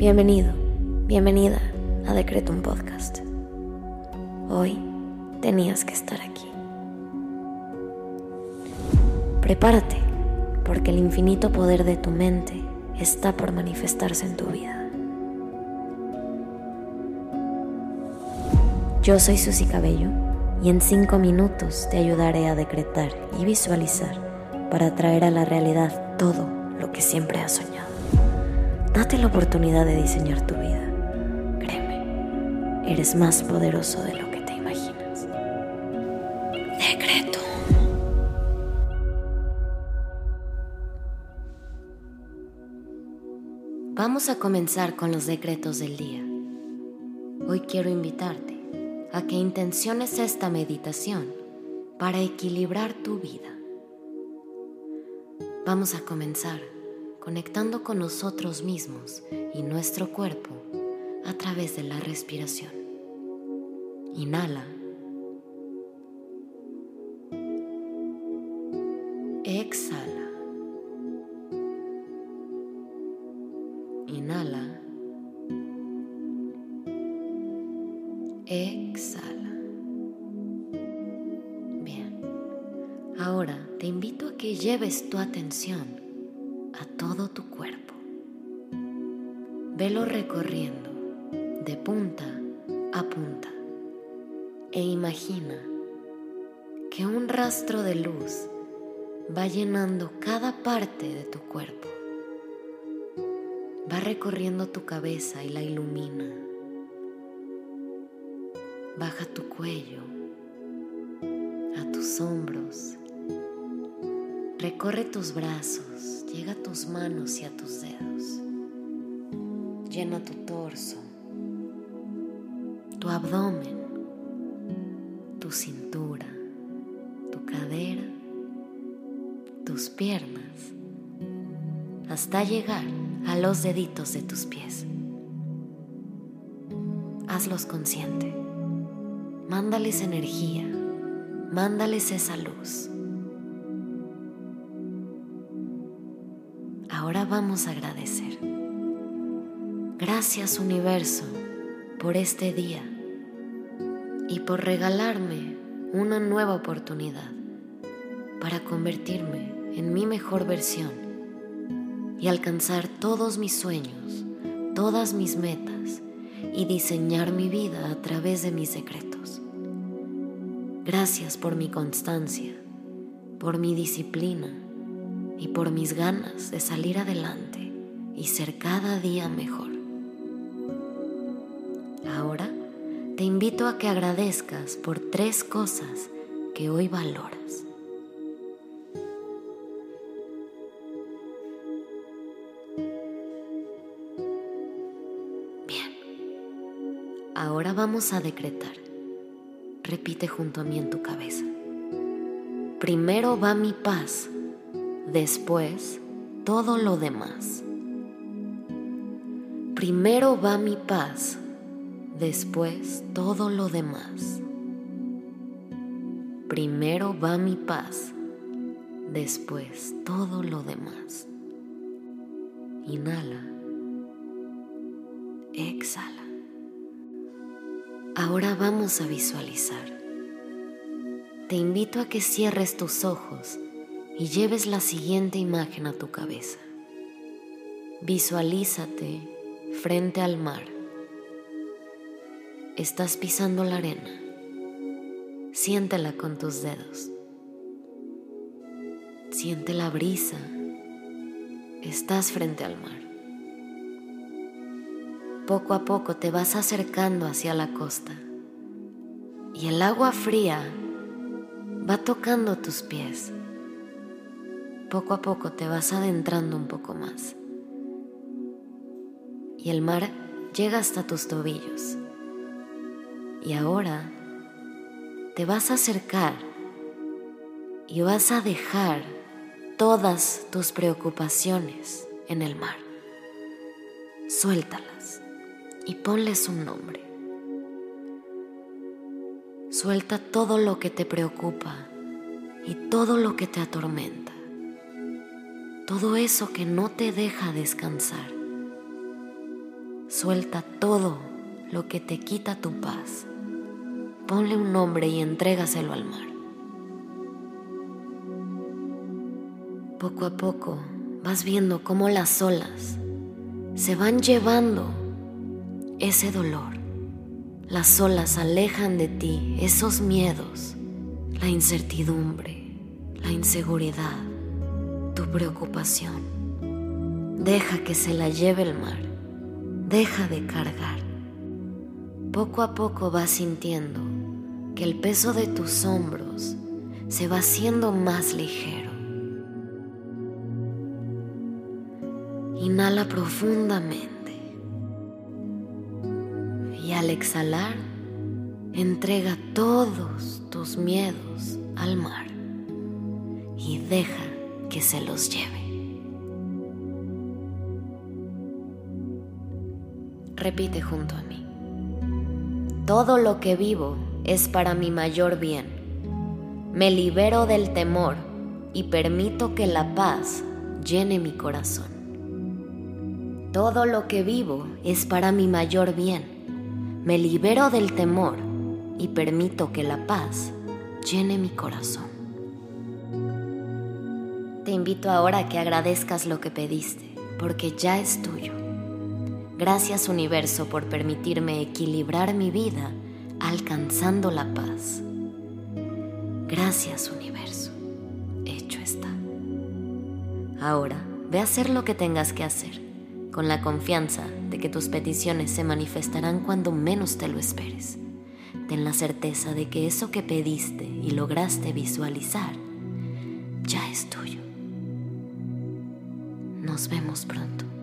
Bienvenido, bienvenida a Decretum Podcast. Hoy tenías que estar aquí. Prepárate, porque el infinito poder de tu mente está por manifestarse en tu vida. Yo soy Susy Cabello y en 5 minutos te ayudaré a decretar y visualizar para traer a la realidad todo lo que siempre has soñado. Date la oportunidad de diseñar tu vida. Créeme, eres más poderoso de lo que te imaginas. Decreto. Vamos a comenzar con los decretos del día. Hoy quiero invitarte a que intenciones esta meditación para equilibrar tu vida. Vamos a comenzar conectando con nosotros mismos y nuestro cuerpo a través de la respiración. Inhala. Exhala. Inhala. Exhala. Bien. Ahora te invito a que lleves tu atención a todo tu cuerpo. Velo recorriendo de punta a punta e imagina que un rastro de luz va llenando cada parte de tu cuerpo. Va recorriendo tu cabeza y la ilumina. Baja tu cuello, a tus hombros. Recorre tus brazos, llega a tus manos y a tus dedos. Llena tu torso, tu abdomen, tu cintura, tu cadera, tus piernas, hasta llegar a los deditos de tus pies. Hazlos consciente. Mándales energía, mándales esa luz. Ahora vamos a agradecer. Gracias, universo, por este día y por regalarme una nueva oportunidad para convertirme en mi mejor versión y alcanzar todos mis sueños, todas mis metas y diseñar mi vida a través de mis decretos. Gracias por mi constancia, por mi disciplina y por mis ganas de salir adelante y ser cada día mejor. Ahora te invito a que agradezcas por 3 cosas que hoy valoras. Bien, ahora vamos a decretar. Repite junto a mí en tu cabeza. Primero va mi paz. Después, todo lo demás. Primero va mi paz, después todo lo demás. Primero va mi paz, después todo lo demás. Inhala. Exhala. Ahora vamos a visualizar. Te invito a que cierres tus ojos y lleves la siguiente imagen a tu cabeza. Visualízate frente al mar. Estás pisando la arena. Siéntela con tus dedos. Siente la brisa. Estás frente al mar. Poco a poco te vas acercando hacia la costa y el agua fría va tocando tus pies. Poco a poco te vas adentrando un poco más y el mar llega hasta tus tobillos. Y ahora te vas a acercar y vas a dejar todas tus preocupaciones en el mar. Suéltalas y ponles un nombre. Suelta todo lo que te preocupa y todo lo que te atormenta. Todo eso que no te deja descansar. Suelta todo lo que te quita tu paz. Ponle un nombre y entrégaselo al mar. Poco a poco vas viendo cómo las olas se van llevando ese dolor. Las olas alejan de ti esos miedos, la incertidumbre, la inseguridad, tu preocupación. Deja que se la lleve el mar. Deja de cargar. Poco a poco vas sintiendo que el peso de tus hombros se va haciendo más ligero. Inhala profundamente y al exhalar, entrega todos tus miedos al mar y deja que se los lleve. Repite junto a mí. Todo lo que vivo es para mi mayor bien. Me libero del temor y permito que la paz llene mi corazón. Todo lo que vivo es para mi mayor bien. Me libero del temor y permito que la paz llene mi corazón. Te invito ahora a que agradezcas lo que pediste, porque ya es tuyo. Gracias, universo, por permitirme equilibrar mi vida alcanzando la paz. Gracias, universo. Hecho está. Ahora, ve a hacer lo que tengas que hacer, con la confianza de que tus peticiones se manifestarán cuando menos te lo esperes. Ten la certeza de que eso que pediste y lograste visualizar ya es tuyo. Nos vemos pronto.